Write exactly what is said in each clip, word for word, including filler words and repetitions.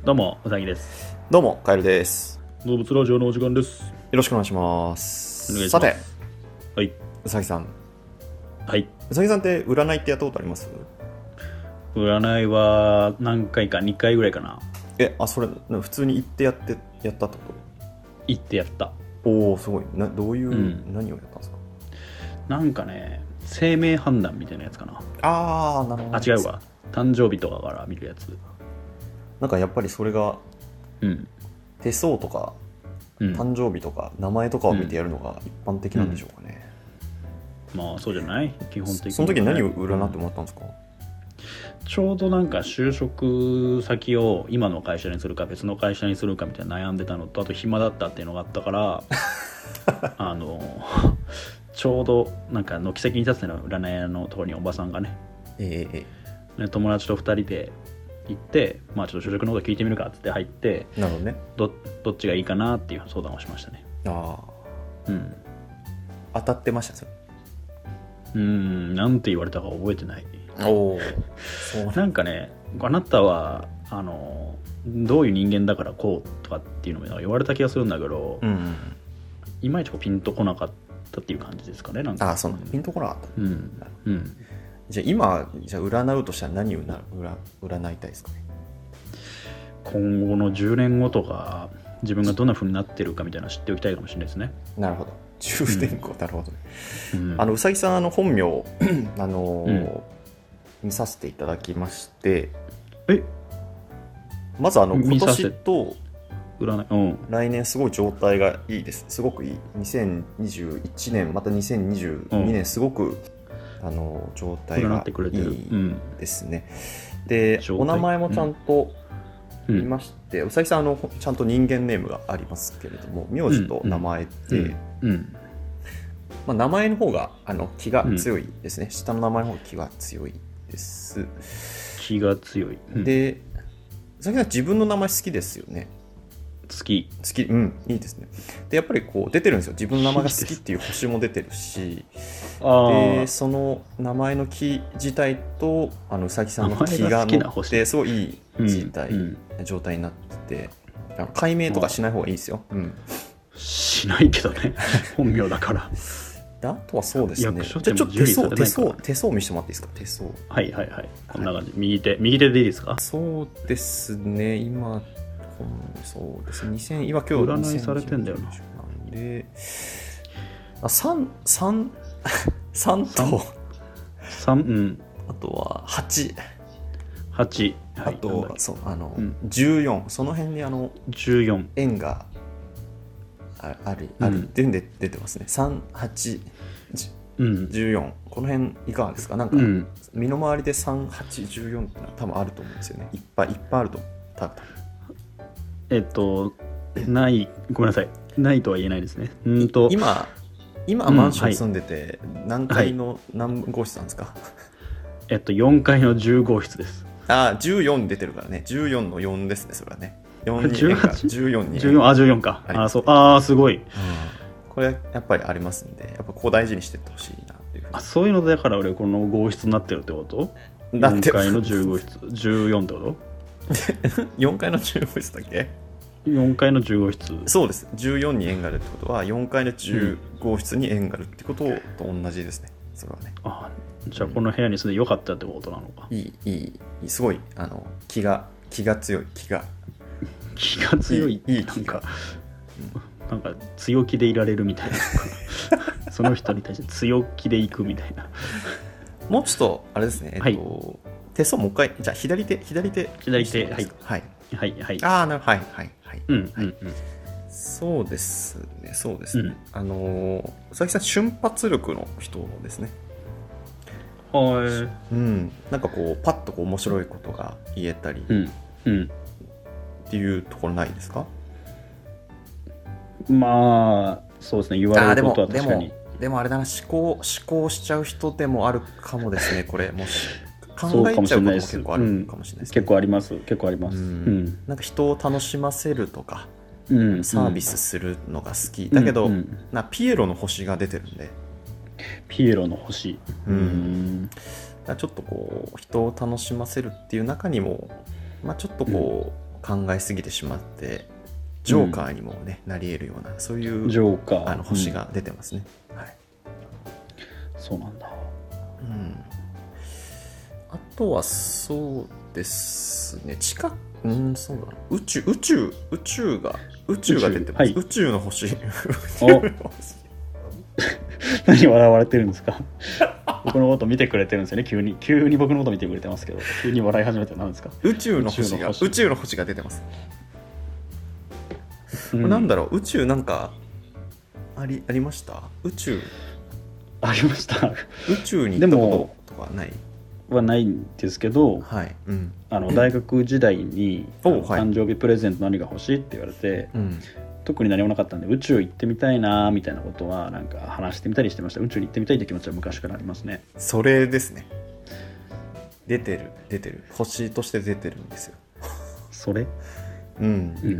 どうもうさぎです。 どうもカエルです。 動物ラジオのお時間です。よろしくお願いします。 お願いします。 さて、 はい、 うさぎさん。 はい。 うさぎさんって占いってやったことあります？ 占いは何回かにかいぐらいかな。 え、あ、それ普通に行ってやってやったってこ行ってやった。 と？おお、すごい。などういう、うん、何をやったんですか？ なんかね、生命判断みたいなやつかな。 ああ、なるほど。 あ、違うわ。誕生日とかから見るやつ。 なんかやっぱりそれが、うん、手相とか、うん、誕生日とか名前とかを見てやるのが一般的なんでしょうかね。 うんうん、まあそうじゃない基本的に、ね、 その時何を占ってもらったんですか？ ちょうどなんか就職先を今の会社にするか別の会社にするかみたいな悩んでたのと、あと暇だったっていうのがあったからあのちょうどなんか軒先に立つの占い屋のところにおばさんがね、えー、ね友達とふたりで行って、まあちょっと就職のこと聞いてみるかっつって入って、 なるほどね。 どどっちがいいかなっていう相談をしましたね。 ああ、うん。当たってましたそれ？ うーん、なんて言われたか覚えてない。 おお、 そうなんかね、あなたはあのどういう人間だからこうとかっていうのも言われた気がするんだけど、うんうん、いまいちこうピンとこなかったっていう感じですかね。なんかああ、そうなんだ。ピンとこなかった。 うん、うん。 じゃあ今じゃあ占うとしたら何をな占いたいですかね？ 今後のじゅうねんごとか自分がどんな風になってるかみたいなの知っておきたいかもしれないですね。 なるほど。じゅうねんご、うん、なるほどね。うん、あのうさぎさんあの本名あのーうん見させていただきまして、えまずあの今年と来年すごい状態がいいです。すごくいい。にせんにじゅういちねんまたにせんにじゅうにねんすごく、うん、あの状態がいいですね。うん、でお名前もちゃんと見まして、うん、うさぎさんあのちゃんと人間ネームがありますけれども、名字と名前って、うんうんうんまあ、名前の方があの気が強いですね。うん、下の名前の方が気が強いです。 気が強い、 うん、でさっきの自分の名前好きですよね？ 好き好き、うんいいですね。でやっぱりこう出てるんですよ。自分の名前が好きっていう星も出てるしでその名前の木自体とあのうさぎさんの木が乗ってすごいいい自体、うんうん、状態になってて解明とかしない方がいいですよ。うん、 しないけどね本名だからであとはそうですね。じゃあちょっと手相手相手相見せてもらっていいですか？手相。 はいはいはい。こんな感じ。はい、右手右手でいいですか？ そうですね。今そうですね。にせん今今日占いされてんだよな。 なんであ三三三と三うんあとは八八あとはそうあの、うん、じゅうよんその辺にあのじゅうよん円があるある、うん、で出てますね。三八じゅうよんこの辺いかがですか？なんか、うん、身の回りで三八じゅうよんってのは多分あると思うんですよね。いっぱいいっぱいあると思う。多分えっとないごめんなさいないとは言えないですね。うんと今今マンション住んでて、うんはい、何階の何号室なんですか？はい、 えっとよんかいのじゅう号室です。 ああじゅうよん出てるからね。じゅうよんのよんですね。それはねよんに円がじゅうよんにじゅうよんあじゅうよんかああそうああすごい、うん、 これやっぱりありますんでやっぱここ大事にしていってほしいなっていうふうに。 あそういうのだから俺この号室になってるってこと？よんかいのじゅう号室じゅうよんってことよんかいのじゅう号室だっけ？ よんかいのじゅう号室そうです。じゅうよんに円があるってことはよんかいのじゅう号室に円があるってことと同じですね。それはね。 あじゃあこの部屋に住んでよかったってことなのか。 いいいいいいすごいあの気が気が強い気が気が強いいいいい気がなんか強気でいられるみたいなその人に対して強気でいくみたいなもうちょっとあれですね、えっとはい、手相もう一回じゃあ左手左手左手はいはいはいはいああなるはいはいはいうんはい、うんうん、 そうですねそうですね、うん、あの佐々木さん瞬発力の人ですね。 はい、 うん、なんかこうパッとこう面白いことが言えたり、うんうん、っていうところないですか？ まあそうですね言われることは確かに。 でもでもあれだな思考思考しちゃう人でもあるかもですね。これもし考えちゃうことも結構あるかもしれないですね。うん、 結構あります結構あります。うんうん、なんか人を楽しませるとか、うん、サービスするのが好き、うん、だけど、うん、なピエロの星が出てるんで。 ピエロの星、 うん、だちょっとこう人を楽しませるっていう中にも、まあ、ちょっとこう、 考えすぎてしまってジョーカーにもね、うん、なり得るようなそういうジョーカーあの星が出てますね、うんはい、 そうなんだ、 うん、あとはそうですね近くうんそうだな宇宙宇宙宇宙が宇宙が出てます、はい、宇宙の星何笑われてるんですか僕のこと見てくれてるんですよね急に急に僕のこと見てくれてますけど急に笑い始めて何ですか宇宙の星が宇宙の星、宇宙の星が出てます、うん、なんだろう宇宙なんかあり、ありました宇宙ありました宇宙に行ったこととかないはないんですけど、 はいうん、 あの大学時代に、うん、誕生日プレゼント何が欲しいって言われて、うん、特に何もなかったんで宇宙行ってみたいなみたいなことはなんか話してみたりしてました。宇宙に行ってみたいって気持ちは昔からありますね。 それですね。出てる出てる星として出てるんですよ。 それうん、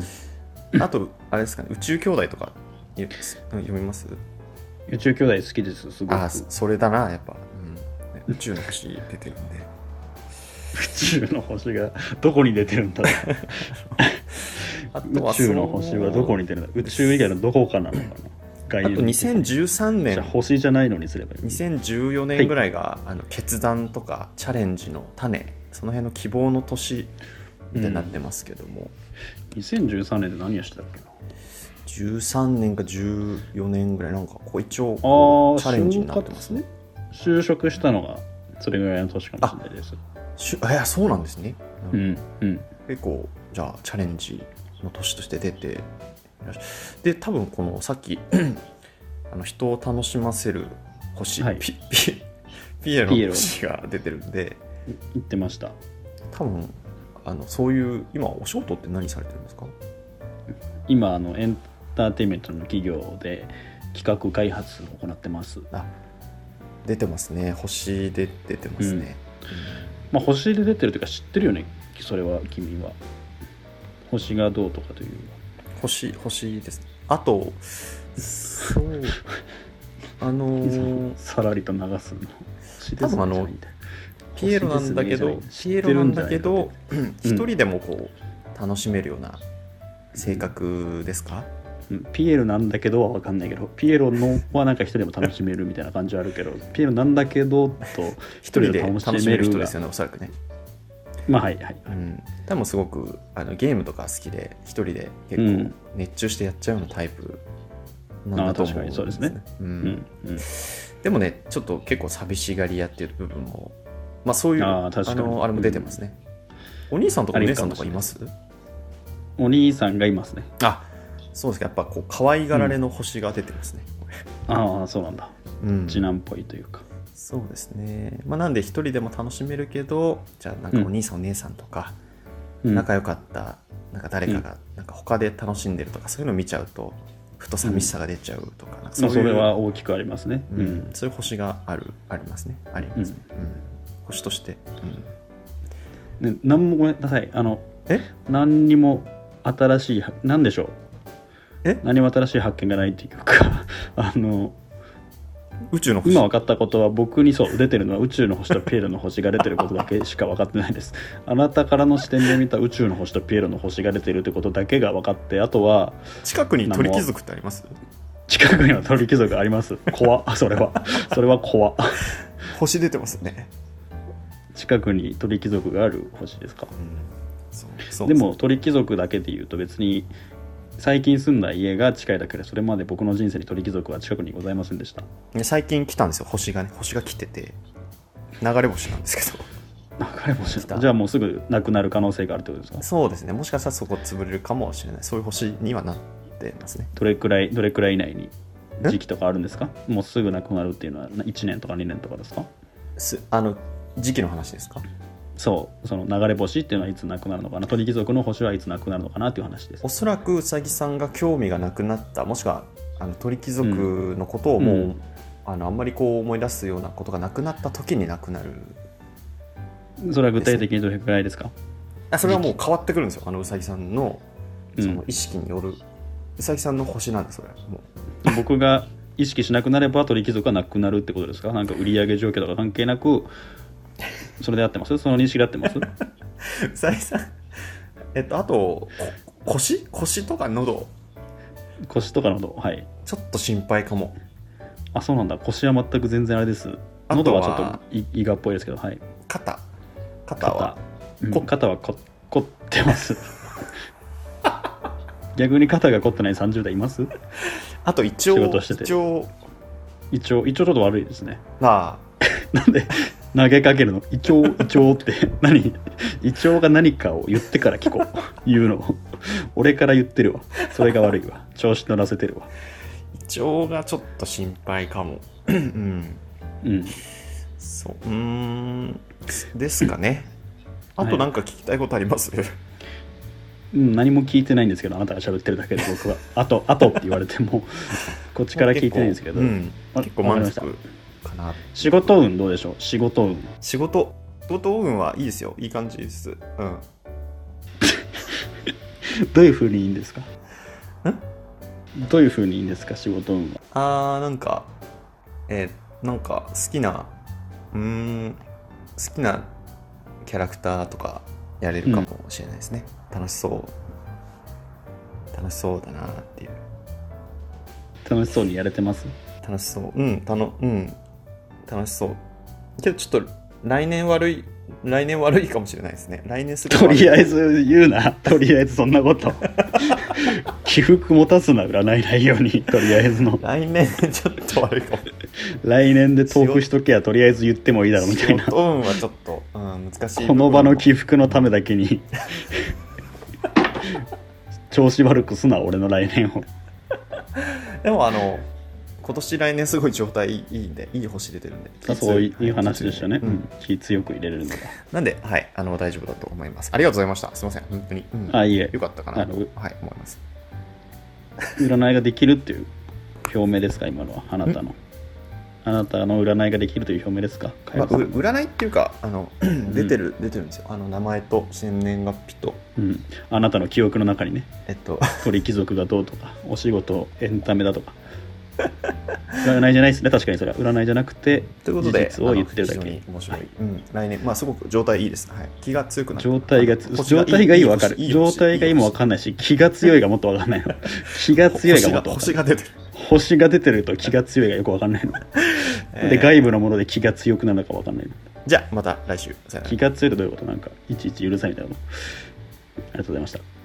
うん、あとあれですかね宇宙兄弟とか読みます？ 宇宙兄弟好きですすごく。 あそれだなやっぱ、うん、宇宙の星出てるんで宇宙の星がどこに出てるんだろうあとは宇宙の星はどこに出るんだ宇宙以外のどこかなのかなあとにせんじゅうさんねんじゃ星じゃないのにすればいいにせんじゅうよねんぐらいが、はい、あの決断とかチャレンジの種その辺の希望の年ってなってますけども、 うん、にせんじゅうさんねんで何をしてたっけなじゅうさんねんかじゅうよねんぐらいなんかこう一応チャレンジになってますね。 就職したのがそれぐらいの年かもしれないです。 しゅあそうなんですね、 うんうん、 結構じゃあチャレンジの年として出てで多分このさっきあの人を楽しませる星、はい、ピ, ピ, ピエロの星が出てるんで言ってました。 多分あのそういう今お仕事って何されてるんですか？ 今あのエンターテインメントの企業で企画開発を行ってます。 あ出てますね星で出てますね、うんうんまあ、星で出てるというか知ってるよねそれは君は星がどうとかという星星ですあとそうあのー、 さらりと流すの多分あのピエロなんだけどピエロなんだけど一人でもこう楽しめるような性格ですか？ うん、ピエロなんだけどは分かんないけどピエロのはなんか一人でも楽しめるみたいな感じはあるけどピエロなんだけどと一人で楽しめる人ですよねおそらくね。 まあはいはい、はいうん、多分すごくあのゲームとか好きで一人で結構熱中してやっちゃうようなタイプなんだと思うんですね。 そうですね、うんうんうん、 でもねちょっと結構寂しがり屋っていう部分もまあそういう あ, あのあれも出てますね、うん、お兄さんとかお姉さんとかいます？ お兄さんがいますね。 あそうですかやっぱこう可愛がられの星が出てますね、 うん、ああそうなんだ、うん、次男っぽいというかそうですね、まあ、なんで一人でも楽しめるけどじゃあなんかお兄さん、うん、お姉さんとか仲良かったなんか誰かがなんか他で楽しんでるとかそういうのを見ちゃうとふと寂しさが出ちゃうとか、うん、なんかそういう、まあ、それは大きくありますね、 うんうん、そういう星があるありますねありますね、うんうん、星として、 うんね、何もごめんなさいあのえ何にも新しい何でしょうえ何も新しい発見がないっていうかあの宇宙の星今分かったことは僕にそう出てるのは宇宙の星とピエロの星が出てることだけしか分かってないです。あなたからの視点で見た宇宙の星とピエロの星が出てるってことだけが分かってあとは近くに鳥貴族ってあります？ 近くには鳥貴族あります。怖っそれはそれは怖っ星出てますね。 近くに鳥貴族がある星ですか、うん、そうそうでも鳥貴族だけで言うと別に最近住んだ家が近いだけでそれまで僕の人生に鳥貴族は近くにございませんでした。 最近来たんですよ星がね星が来てて流れ星なんですけど流れ星じゃあもうすぐなくなる可能性があるってことですか？ そうですねもしかしたらそこ潰れるかもしれないそういう星にはなってますね。 どれくらいどれくらい以内に時期とかあるんですか？もうすぐなくなるっていうのはいちねんとかにねんとかですか？ すあの時期の話ですか？ そうその流れ星っていうのはいつなくなるのかな鳥貴族の星はいつなくなるのかなっていう話です。 おそらくうさぎさんが興味がなくなったもしくはあの鳥貴族のことをもう、うん、あのあんまりこう思い出すようなことがなくなった時になくなる、 ね、それは具体的にどれくらいですか？ あそれはもう変わってくるんですよあのうさぎさん の, その意識による、うん、うさぎさんの星なんでそれはもう僕が意識しなくなれば鳥貴族はなくなるってことですか？なんか売上状況とか関係なくそれで合ってます？その認識で合ってます？ うさぎさんえっとあと腰腰とか喉腰とか喉、はい、 ちょっと心配かも。 あ、そうなんだ。腰は全く全然あれです。喉はちょっと伊賀っぽいですけど、はい。 肩肩は肩、うん、肩はこ凝ってます逆に肩が凝ってないさんじゅう代います？ あと胃腸、 仕事してて胃腸胃腸胃腸ちょっと悪いですね。 ああなんで投げかけるの？胃腸胃腸って何？胃腸が何かを言ってから聞こう言うのを俺から言ってるわ。それが悪いわ。調子乗らせてるわ。 胃腸がちょっと心配かもうんうんそううーんですかね。あとなんか聞きたいことあります？はい、 うん、何も聞いてないんですけど、あなたが喋ってるだけで僕はあとあとって言われてもこっちから聞いてないんですけど、 うん、結構満足かな。 仕事運どうでしょう？仕事運仕事仕事運はいいですよ。いい感じです。うんどういう風にいいんですか？ んどういう風にいいんですか？仕事運は。 あーなんかえー、なんか好きなうーん好きなキャラクターとかやれるかもしれないですね、うん、楽しそう楽しそうだなっていう。 楽しそうにやれてます？ 楽しそううんたのうん楽しそうけどちょっと来年悪い来年悪いかもしれないですね。来年するとりあえず言うな。とりあえずそんなこと起伏持たすな、占いないように。とりあえずの来年ちょっと悪いかも来年でトークしとけやとりあえず言ってもいいだろうみたいな。 仕事運はちょっと、うん、難しい。 この場の起伏のためだけに調子悪くすな俺の来年を。 でもあの今年来年すごい状態いいんで、いい星出てるんで。 そういう話でしたね、うん、気強く入れれるのが。 なんで、はい、あの大丈夫だと思います。ありがとうございました。すいません、本当に。うん、 あ、いいえ。 よかったかなと、はい、思います。 占いができるっていう表明ですか、今のは。あなたの。あなたの占いができるという表明ですか。 まあ、占いっていうか、あの出てる、うん、出てるんですよ。あの名前と生年月日と、 うん、あなたの記憶の中にね。 えっと、 鳥貴族がどうとか、お仕事、エンタメだとか。占いじゃないですね、確かにそれは占いじゃなくてということで事実を言ってるだけ。 非常に面白い、うん、来年まあすごく状態いいです、はい、気が強くなって状態が状態がいい分かる。状態がいいも分かんないし、気が強いがもっと分かんないの。気が強いがもっと分かんない。 星が出てる星が出てると気が強いがよく分かんないの。で外部のもので気が強くなるのか分かんないの。 じゃあまた来週。 気が強いとどういうこと？なんかいちいち許さないみたいなの。ありがとうございました。